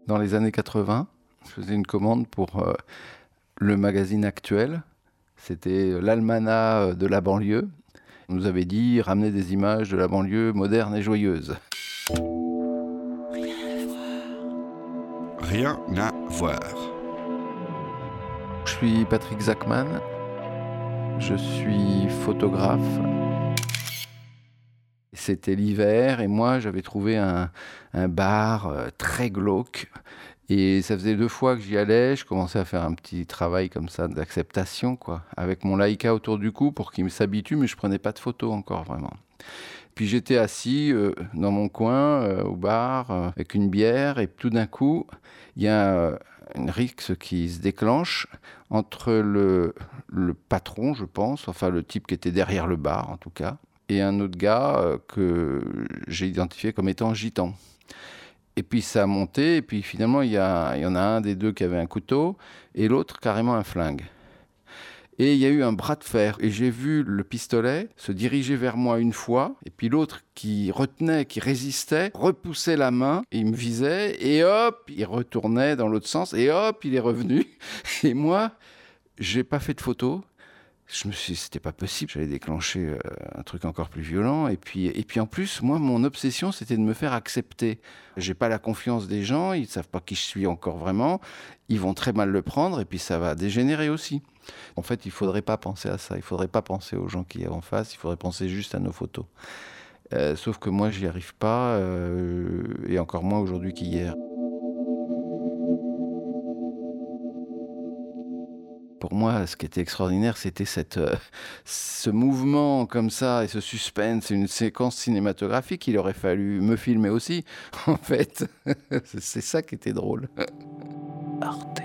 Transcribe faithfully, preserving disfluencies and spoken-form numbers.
Dans les années quatre-vingts, je faisais une commande pour euh, le magazine Actuel. C'était l'almanach de la banlieue. On nous avait dit ramener des images de la banlieue moderne et joyeuse. Rien à voir. Je suis Patrick Zachman. Je suis photographe. C'était l'hiver et moi j'avais trouvé un, un bar euh, très glauque et ça faisait deux fois que j'y allais. Je commençais à faire un petit travail comme ça d'acceptation, quoi, avec mon Leica autour du cou pour qu'il s'habitue, mais je prenais pas de photos encore vraiment. Puis j'étais assis euh, dans mon coin euh, au bar euh, avec une bière et tout d'un coup il y a euh, une rixe qui se déclenche entre le, le patron, je pense, enfin le type qui était derrière le bar en tout cas, et un autre gars euh, que j'ai identifié comme étant gitan. Et puis ça a monté, et puis finalement il y, a, il y en a un des deux qui avait un couteau, et l'autre carrément un flingue. Et il y a eu un bras de fer, et j'ai vu le pistolet se diriger vers moi une fois, et puis l'autre qui retenait, qui résistait, repoussait la main, et il me visait, et hop, il retournait dans l'autre sens, et hop, il est revenu. Et moi, j'ai pas fait de photo. Je me suis dit, c'était pas possible, j'allais déclencher euh, un truc encore plus violent. Et puis, et puis en plus, moi, mon obsession, c'était de me faire accepter. J'ai pas la confiance des gens, ils savent pas qui je suis encore vraiment, ils vont très mal le prendre, et puis ça va dégénérer aussi. En fait, il faudrait pas penser à ça, il faudrait pas penser aux gens qui y a en face, il faudrait penser juste à nos photos. Euh, sauf que moi, j'y arrive pas, euh, et encore moins aujourd'hui qu'hier. Pour moi, ce qui était extraordinaire, c'était cette, euh, ce mouvement comme ça et ce suspense, une séquence cinématographique. Il aurait fallu me filmer aussi, en fait. C'est ça qui était drôle. Arte.